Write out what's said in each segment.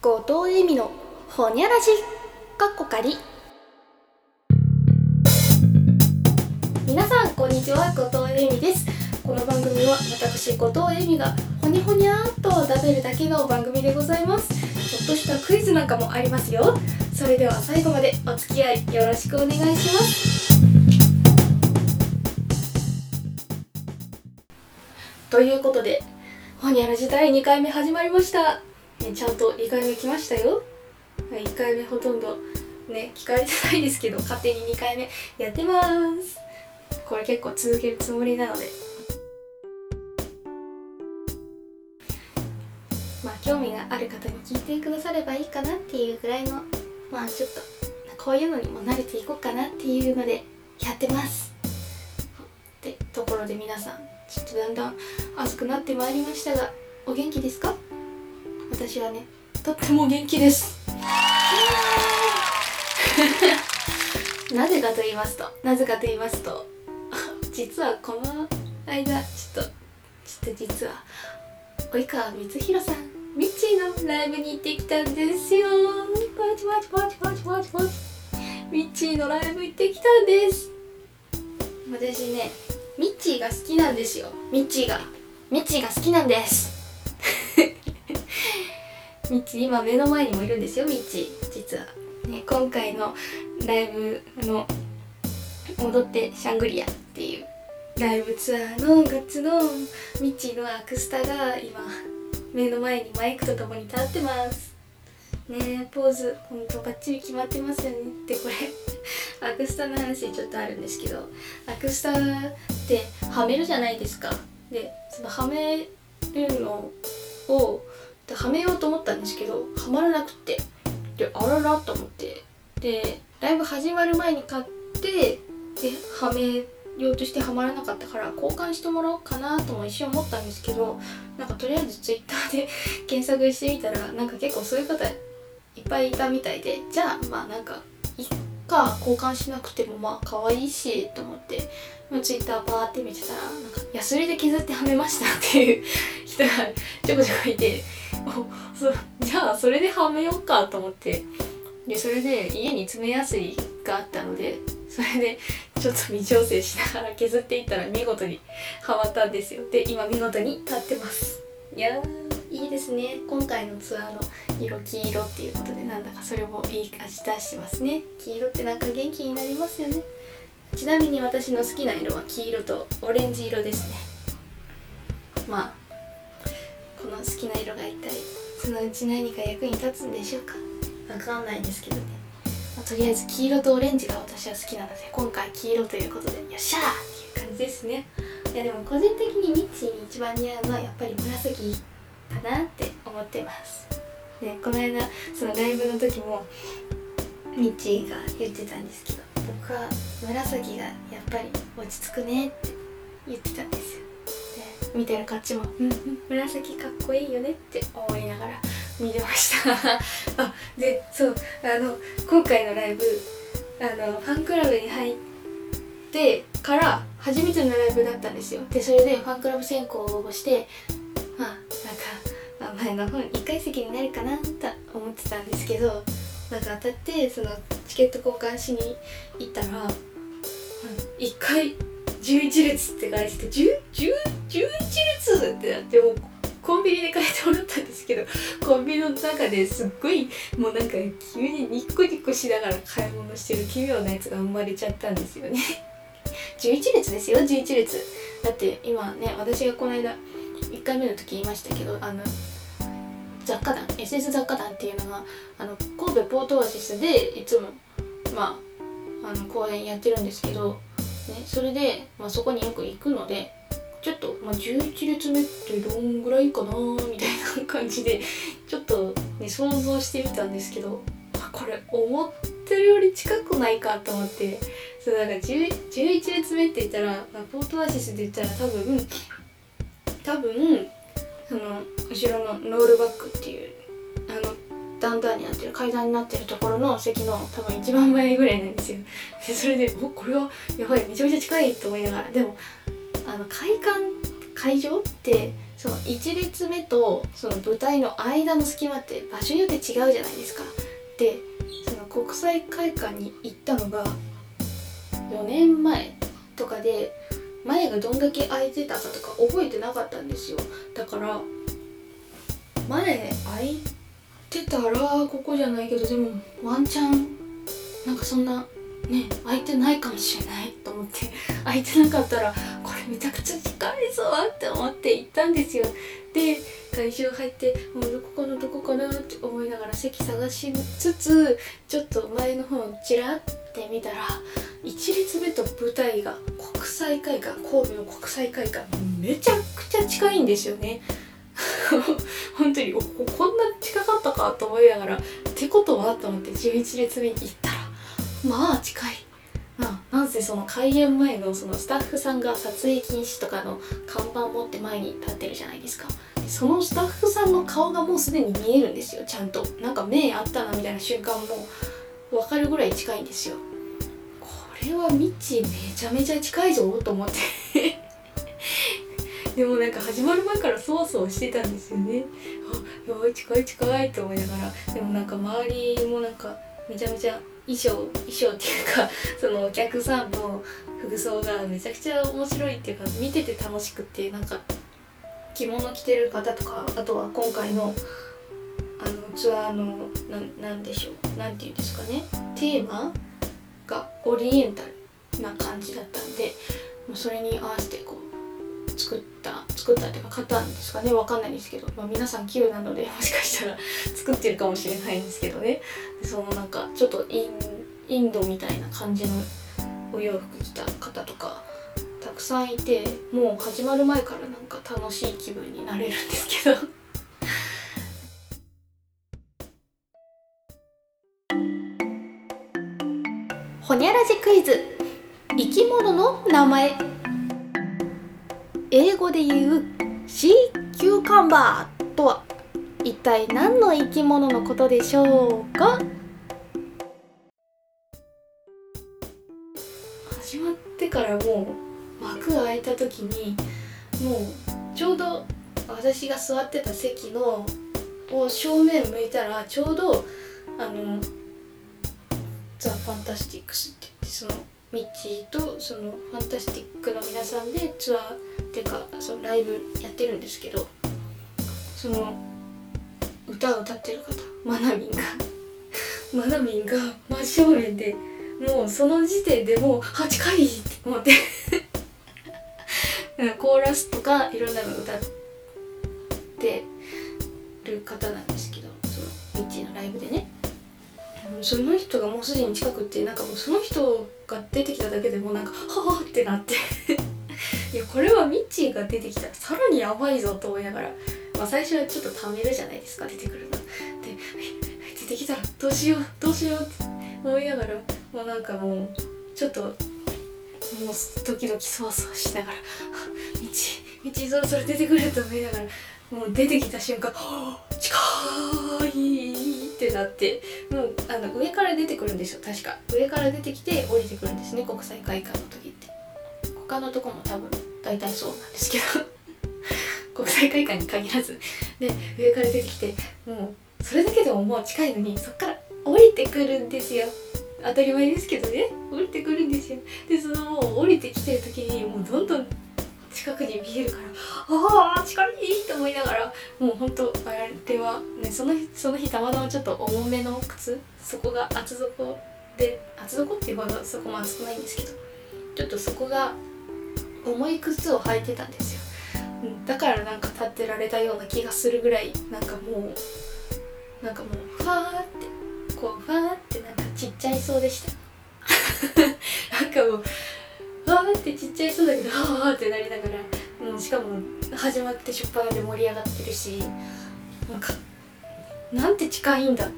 後藤恵美のほにゃらじかっこかり。皆さんこんにちは、後藤恵美です。この番組は私後藤恵美がほにゃほにゃーっと食べるだけの番組でございます。ちょっとしたクイズなんかもありますよ。それでは最後までお付き合いよろしくお願いします。ということでほにゃらじ第2回目始まりました。ちゃんと2回目来ましたよ。1回目ほとんどね聞かれてないですけど、勝手に2回目やってます。これ結構続けるつもりなので、興味がある方に聞いてくださればいいかなっていうぐらいの、ちょっとこういうのにも慣れていこうかなっていうのでやってますってところで、皆さんちょっとだんだん暑くなってまいりましたが、お元気ですか？私はね、とっても元気ですなぜかと言いますと実はこの間ちょっと実は及川光弘さん、ミッチーのライブに行ってきたんですよ。ミッチーのライブ行ってきたんです。私ね、ミッチーが好きなんですよ。ミッチーが好きなんですミッチー今目の前にもいるんですよ。ミッチー実はね、今回のライブ踊ってシャングリアっていうライブツアーのグッズのミッチーのアクスタが今目の前にマイクとともに立ってますね。ポーズほんとバッチリ決まってますよね。でこれアクスタの話ちょっとあるんですけど、アクスタってはめるじゃないですか。でそのはめるのをはめようと思ったんですけど、はまらなくて、であららと思って、でライブ始まる前に買って、ではめようとしてはまらなかったから交換してもらおうかなとも一瞬思ったんですけど、とりあえずツイッターで検索してみたら結構そういう方いっぱいいたみたいで、じゃあいっか、交換しなくても可愛いしと思ってツイッターバーって見てたら、ヤスリで削ってはめましたっていう人がちょこちょこいて、じゃあそれではめようかと思って、でそれで家に爪ヤスリがあったので、それでちょっと微調整しながら削っていったら見事にはまったんですよ。で今見事に立ってます。いやーいいですね。今回のツアーの色黄色っていうことで、なんだかそれもいい味出してますね。黄色って元気になりますよね。ちなみに私の好きな色は黄色とオレンジ色ですね。この好きな色が一体そのうち何か役に立つんでしょうか。わかんないですけどね。とりあえず黄色とオレンジが私は好きなので、今回黄色ということでよっしゃーっていう感じですね。いやでも個人的にミッチーに一番似合うのはやっぱり紫かなって思ってます。でこの間そのライブの時もミッチーが言ってたんですけど、僕は紫がやっぱり落ち着くねって言ってたんですよ。で見てるこっちも紫かっこいいよねって思いながら見てましたでそう今回のライブファンクラブに入ってから初めてのライブだったんですよ。でそれでファンクラブ選考を応募して、前の方に1階席になるかなと思ってたんですけど、当たってそのチケット交換しに行ったら、1階11列って書いてて、11列ってなって、もうコンビニで買えてもらったんですけど、コンビニの中ですっごい急にニッコニコしながら買い物してる奇妙なやつが生まれちゃったんですよね11列ですよ、11列だって今ね、私がこの間1回目の時言いましたけど、雑貨団 SS 雑貨団っていうのが神戸ポートオアシスでいつも公演やってるんですけど、それで、そこによく行くので、ちょっと、11列目ってどんぐらいかなみたいな感じでちょっと、想像してみたんですけど、これ思ってるより近くないかと思って、11列目って言ったら、ポートオアシスで言ったら多分その後ろのノールバックっていうダウンタウンになってる階段になってるところの席の多分一番前ぐらいなんですよ。でそれでこれはやばい、めちゃめちゃ近いと思いながら、でも会場ってその1列目とその舞台の間の隙間って場所によって違うじゃないですか。でその国際会館に行ったのが4年前とかで、前がどんだけ空いてたかとか覚えてなかったんですよ。だから前空いてたらここじゃないけど、でもワンチャンなんかそんなね空いてないかもしれないと思って、空いてなかったらこれめちゃくちゃ近いぞって思って行ったんですよ。で会場入ってもうどこかなって思いながら席探しつつ、ちょっと前の方をちらって見たら1列目と舞台が国際会館、神戸の国際会館めちゃくちゃ近いんですよね。本当にこんな近かったかと思いながら、ってことはと思って11列目に行ったらまあ近い。なんせその開演前のそのスタッフさんが撮影禁止とかの看板持って前に立ってるじゃないですか。そのスタッフさんの顔がもうすでに見えるんですよ。ちゃんとなんか目あったなみたいな瞬間も分かるぐらい近いんですよ。これはミッチーめちゃめちゃ近いぞと思ってでもなんか始まる前からそわそわしてたんですよね。やばい近いと思いながら、でもなんか周りもなんかめちゃめちゃ衣装っていうかそのお客さんの服装がめちゃくちゃ面白いっていうか、見てて楽しくて、なんか着物着てる方とか、あとは今回のツアーのなんでしょう、なんていうんですかね、テーマがオリエンタルな感じだったんで、それに合わせてこう作ったっていうか買ったんですかね、わかんないんですけど、皆さん器用なのでもしかしたら作ってるかもしれないんですけどね。そのなんかちょっとインドみたいな感じのお洋服着た方とかたくさんいて、もう始まる前からなんか楽しい気分になれるんですけどほにゃらじクイズ、生き物の名前。英語で言うシーキューカンバーとは一体何の生き物のことでしょうか。始まってからもう幕が開いた時に、もうちょうど私が座ってた席のを正面向いたら、ちょうどザ・ファンタスティックスって言って、そのミッチーとそのファンタスティックの皆さんでツアーっていうかそのライブやってるんですけど、その歌を歌ってる方、マナミンが真正面で、もうその時点でもう近いって思ってコーラスとかいろんなの歌ってる方なんですけど、そのミッチーのライブでね、その人がもうすでに近くって、なんかもうその人が出てきただけでもなんかはぁってなっていやこれはミッチーが出てきたらさらにやばいぞと思いながら、最初はちょっとためるじゃないですか、出てくるので、出てきたらどうしようって思いながら、もうなんかもうちょっともうドキドキそわそわしながらミッチーそろそろ出てくると思いながら、もう出てきた瞬間近いってなって、もう上から出てくるんですよ。確か上から出てきて降りてくるんですね、国際会館の時って。他のとこも多分大体そうなんですけど国際会館に限らずで、上から出てきて、もうそれだけでももう近いのに、そっから降りてくるんですよ。当たり前ですけどね、降りてくるんですよ。でそのもう降りてきてる時にもうどんどん近くに見えるから、近いと思いながら、もうほんとあれはね、その日たまたまちょっと重めの靴、そこが厚底っていうほどそこも厚くないんですけど、ちょっとそこが重い靴を履いてたんですよ。だからなんか立ってられたような気がするぐらい、なんかもうファーってなんかちっちゃいそうでしたなんかもうファーってちっちゃいそうだけど、ファーってなりながら、しかも始まって初っ端で盛り上がってるし、なんて近いんだって、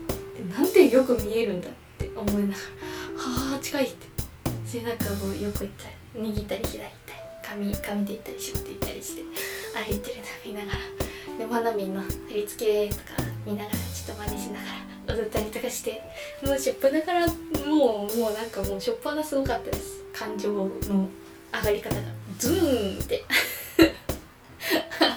なんてよく見えるんだって思いながら、近いって、それなんかもう横行ったり右行ったり左行ったり髪で行ったり仕事行ったりして歩いてるの見ながら、でマナミンの振り付けとか見ながらちょっと真似しながら踊ったりとかして、もう初っ端からもうなんかもう初っ端すごかったです。感情の上がり方がズーンって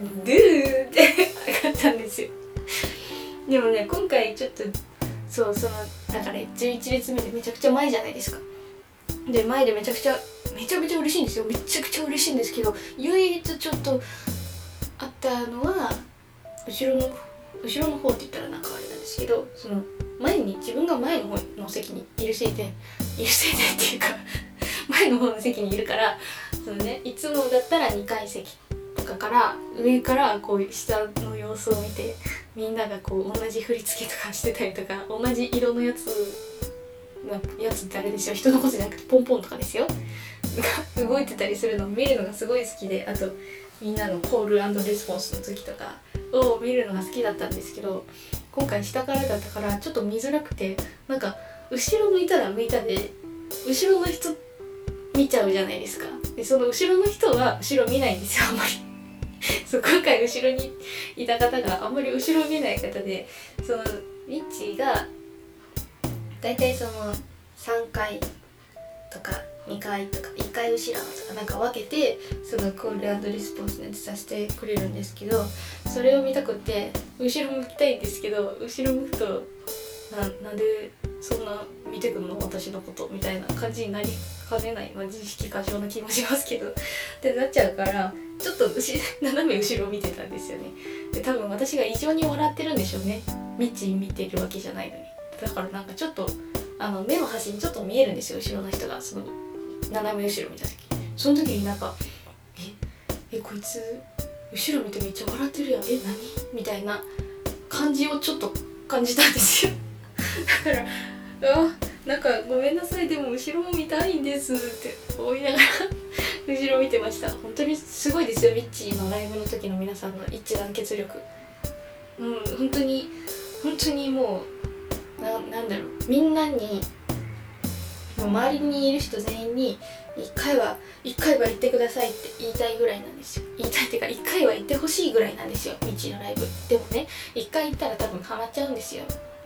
ドゥーって上がったんですよ。でもね今回ちょっとだから11列目でめちゃくちゃ前じゃないですか。で前でめちゃめちゃ嬉しいんですよ。めちゃくちゃ嬉しいんですけど、唯一ちょっとあったのは後ろの方って言ったらなんかあれなんですけど、その自分が前の方の席にいるせいでっていうか前の方の席にいるから、いつもだったら2階席とかから上からこう下の様子を見て、みんながこう同じ振り付けとかしてたりとか、同じ色のやつってあれですよ、人のことじゃなくてポンポンとかですよが動いてたりするのを見るのがすごい好きで、あとみんなのコール&レスポンスの時とかを見るのが好きだったんですけど、今回下からだったからちょっと見づらくて、なんか後ろ向いたら向いたで後ろの人見ちゃうじゃないですか。でその後ろの人は後ろ見ないんですよ、あんまり今回後ろにいた方があんまり後ろ見ない方で、ミッチーがだいたい3階とか2階とか1階後ろとかなんか分けてコール&レスポンスにさせてくれるんですけど、それを見たくって後ろ向きたいんですけど、後ろ向くとなんでそんな見てくるの私のことみたいな感じになりかねない、自意識過剰な気もしますけどってなっちゃうから、ちょっと斜め後ろを見てたんですよね。で多分私が異常に笑ってるんでしょうね。ミッチー見てるわけじゃないのに。だからなんかちょっと目の端にちょっと見えるんですよ、後ろの人が斜め後ろ見た時。その時になんかこいつ後ろ見てめっちゃ笑ってるやん、何みたいな感じをちょっと感じたんですよだからなんかごめんなさい、でも後ろも見たいんですって思いながら後ろ見てました。本当にすごいですよ、ミッチーのライブの時の皆さんの一致団結力。本当にもうなんだろう、みんなにもう周りにいる人全員に1回は行ってくださいって言いたいぐらいなんですよ。言いたいっていうか1回は行ってほしいぐらいなんですよ、ミッチーのライブ。でもね1回行ったら多分ハマっちゃうんですよ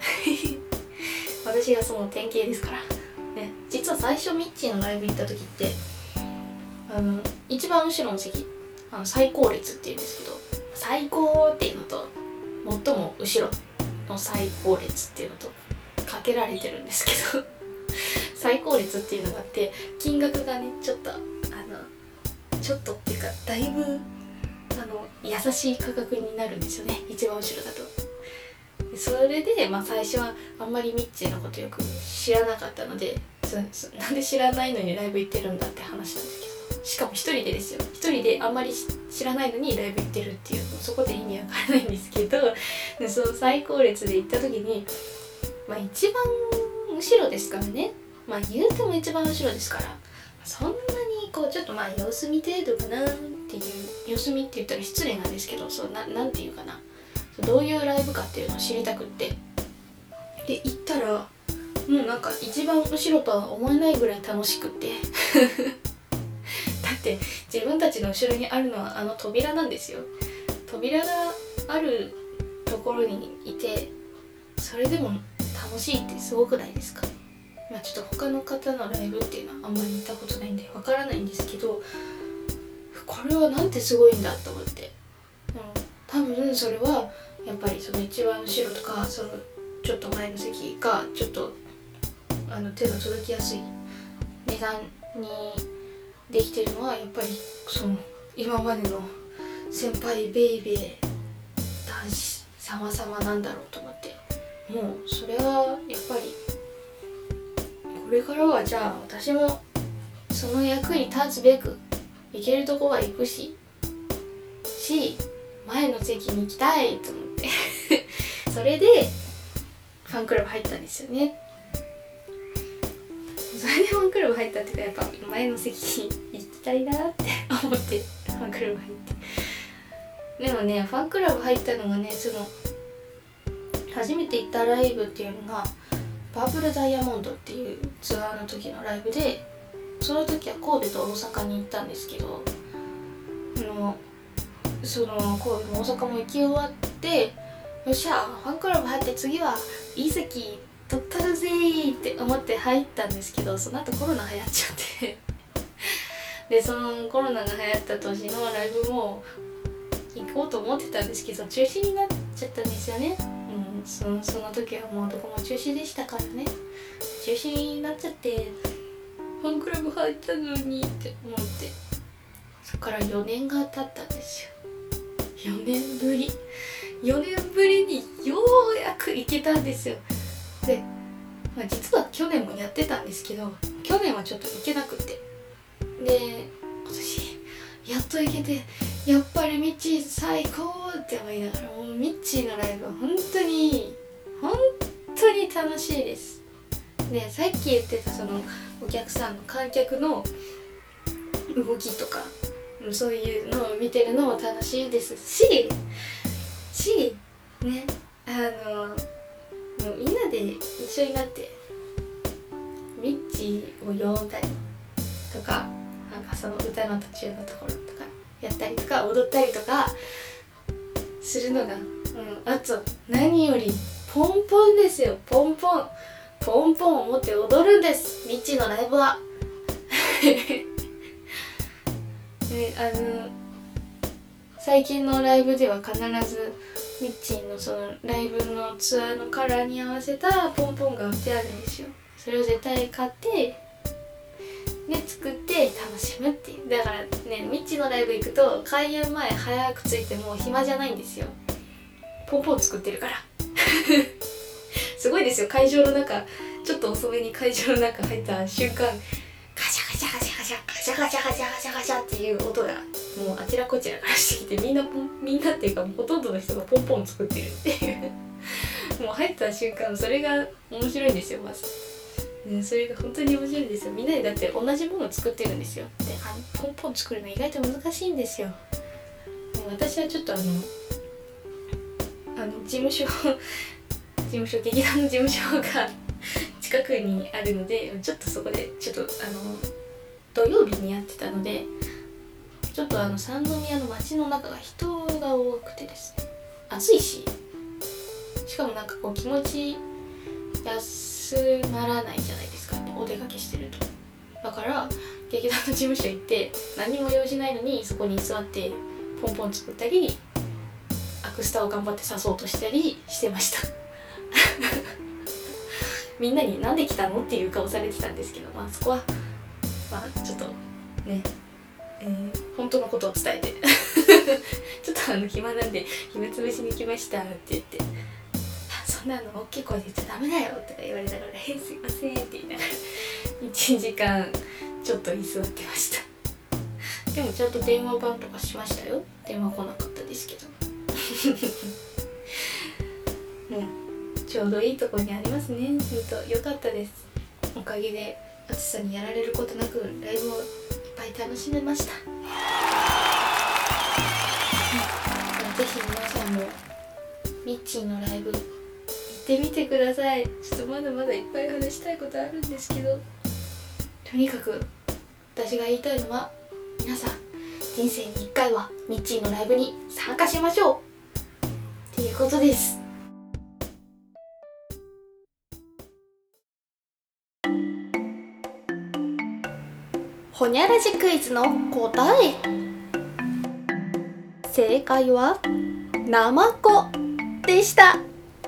私がその典型ですからね。実は最初ミッチーのライブ行った時って一番後ろの席最高列っていうんですけど、最高っていうのと最も後ろの最高列っていうのとかけられてるんですけど最高列っていうのがあって、金額がねちょっとっていうかだいぶ優しい価格になるんですよね、一番後ろだと。それで最初はあんまりミッチーのことよく知らなかったので、なんで知らないのにライブ行ってるんだって話なんですけど、しかも一人でですよ、一人であんまり知らないのにライブ行ってるっていう、そこで意味わからないんですけど、でその最高列で行った時に一番後ろですからね、言うても一番後ろですから、そんなにちょっと様子見程度かなっていう、様子見って言ったら失礼なんですけど、なんていうかな、どういうライブかっていうのを知りたくって、で行ったらもうなんか一番後ろとは思えないぐらい楽しくってだって自分たちの後ろにあるのは扉なんですよ。扉があるところにいて、それでも楽しいってすごくないですか。ちょっと他の方のライブっていうのはあんまり行ったことないんでわからないんですけど、これはなんてすごいんだと思って、多分それはやっぱり一番後ろとかちょっと前の席がちょっと手が届きやすい値段にできてるのは、やっぱり今までの先輩ベイベー男子様々なんだろうと思って、もうそれはやっぱりこれからはじゃあ私もその役に立つべく行けるとこは行くし前の席に行きたいと思ってそれでファンクラブ入ったんですよね。それでファンクラブ入ったっていうか、やっぱ前の席に行きたいなって思ってファンクラブ入って、でもねファンクラブ入ったのがね、初めて行ったライブっていうのがパープルダイヤモンドっていうツアーの時のライブで、その時は神戸と大阪に行ったんですけど、神戸も大阪も行き終わって、よっしゃファンクラブ入って次はいい席取ったるぜーって思って入ったんですけど、その後コロナ流行っちゃってでそのコロナが流行った年のライブも行くこうと思ってたんですけど中止になっちゃったんですよね。その時はもうどこも中止でしたからね。中止になっちゃってファンクラブ入ったのにって思って、そこから4年が経ったんですよ。4年ぶりにようやく行けたんですよ。で、実は去年もやってたんですけど、去年はちょっと行けなくて、で今年やっと行けて、やっぱりミッチー最高って思いながら、もうミッチーのライブは本当に楽しいです。で、さっき言ってたそのお客さんの観客の動きとかそういうのを見てるのも楽しいですしね、もうみんなで一緒になってミッチーを呼んだりとか、なんかその歌の途中のところとかやったりとか踊ったりとかするのが、あと何よりポンポンですよ。ポンポンを持って踊るんです、ミッチーのライブは。最近のライブでは必ずミッチーのそのライブのツアーのカラーに合わせたポンポンが売ってあるんですよ。それを絶対買って作って楽しむっていう。だからね、ミッチーのライブ行くと開演前早く着いても暇じゃないんですよ。ポンポン作ってるからすごいですよ。会場の中、ちょっと遅めに会場の中入った瞬間、ガシャガシャガシャガシャガシャガシャガシャガシャガシャっていう音がもうあちらこちらからしてきて、みんなっていうかほとんどの人がポンポン作ってるっていうもう入った瞬間それが面白いんですよ。まず、それが本当に面白いんですよ。みんなでだって同じものを作ってるんですよ。で、ポンポン作るの意外と難しいんですよ。私はちょっと劇団の事務所が近くにあるので、ちょっとそこで土曜日にやってたので、ちょっと三宮の街の中が人が多くてですね、暑いしかもなんかこう気持ち休まらないじゃないですか、お出かけしてると。だから劇団の事務所行って何も用事ないのにそこに座ってポンポン作ったり、アクスタを頑張って刺そうとしたりしてましたみんなになんで来たのっていう顔されてたんですけど、そこはちょっとね、本当のことを伝えてちょっと暇なんで暇つぶしに来ましたって言って、そんなの大きい声で言っちゃダメだよとか言われたから、すいませんって言いながら1時間ちょっと居座ってましたでもちゃんと電話番とかしましたよ。電話来なかったですけどちょうどいいところにありますね。良かったです。おかげで暑さにやられることなくライブをいっぱい楽しめました。ぜひ皆さんもミッチーのライブ行ってみてください。ちょっとまだまだいっぱい話したいことあるんですけど、とにかく私が言いたいのは、皆さん人生に1回はミッチーのライブに参加しましょうっていうことです。ほにゃらじクイズの答え、正解はナマコでした。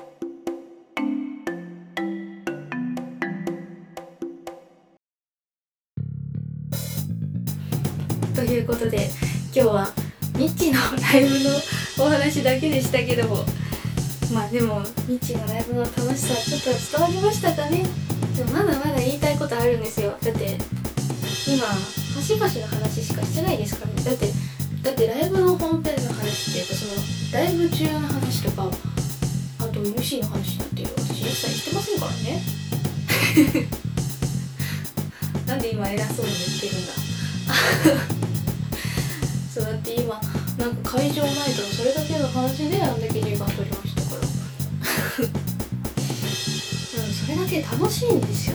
ということで今日はミッチーのライブのお話だけでしたけども、でもミッチーのライブの楽しさちょっと伝わりましたかね。でもまだまだ言いたいことあるんですよ。だって今端々の話しかしてないですからね。だってライブの本編の話っていうか、そのライブ中の話とか、あと MC の話なんて私一切してませんからねなんで今偉そうに言ってるんだそう、だって今なんか会場ないとそれだけの話であんだけ時間取りましたからそれだけ楽しいんですよ。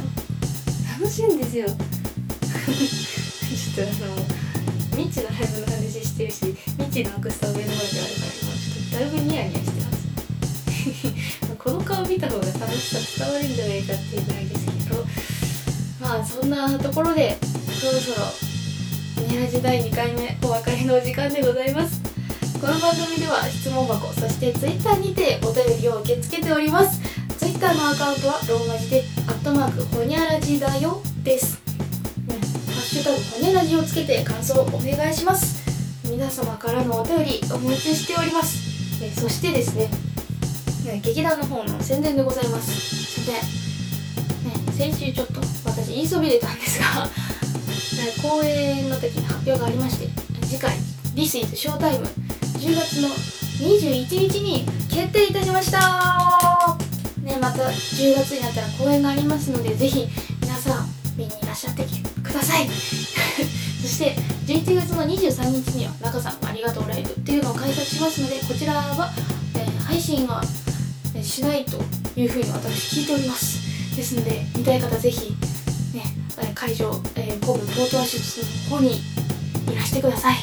ちょっとミッチのライブの話してるし、ミッチのアクスタを目の前であるから今ちょっとだいぶニヤニヤしてますこの顔見た方が楽しさ伝わるんじゃないかっていうぐらいですけど、そんなところでそろそろニヤラジ第2回目お別れのお時間でございます。 この番組では質問箱、そして Twitter にてお便りを受け付けております。 Twitter のアカウントはローマ字でほにゃらじだよです、ハッシュタグほにゃらじをつけて感想をお願いします。皆様からのお便りお待ちしております。そしてですね、劇団の方の宣伝でございます。で、先週ちょっと私言いそびれたんですが公演の時に発表がありまして、次回 This is Showtime 10月の21日に決定いたしました。また10月になったら公演がありますので、ぜひ皆さん見にいらっしゃってくださいそして11月の23日には中さんありがとうライブっていうのを開催しますので、こちらは、配信はしないというふうに私聞いております。ですので見たい方ぜひ、会場、神戸ポートワシスの方にいらしてください。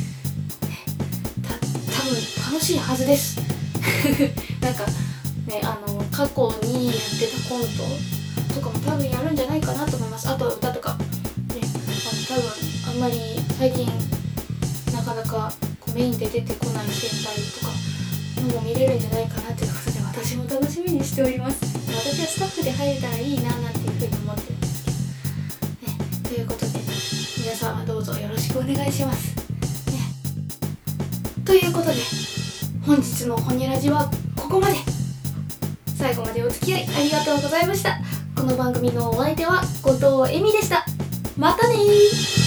多分楽しいはずですなんかね、過去にやってたコントとかも多分やるんじゃないかなと思います。あとは歌とか、多分あんまり最近なかなかメインで出てこない先輩とかのも見れるんじゃないかなということで、私も楽しみにしております。私はスタッフで入れたらいいななんていうふうに思ってるんですけど、ということで皆さんはどうぞよろしくお願いします、ということで本日のほにゃらじはここまで。最後までお付き合いありがとうございました。この番組のお相手は後藤恵美でした。またねー。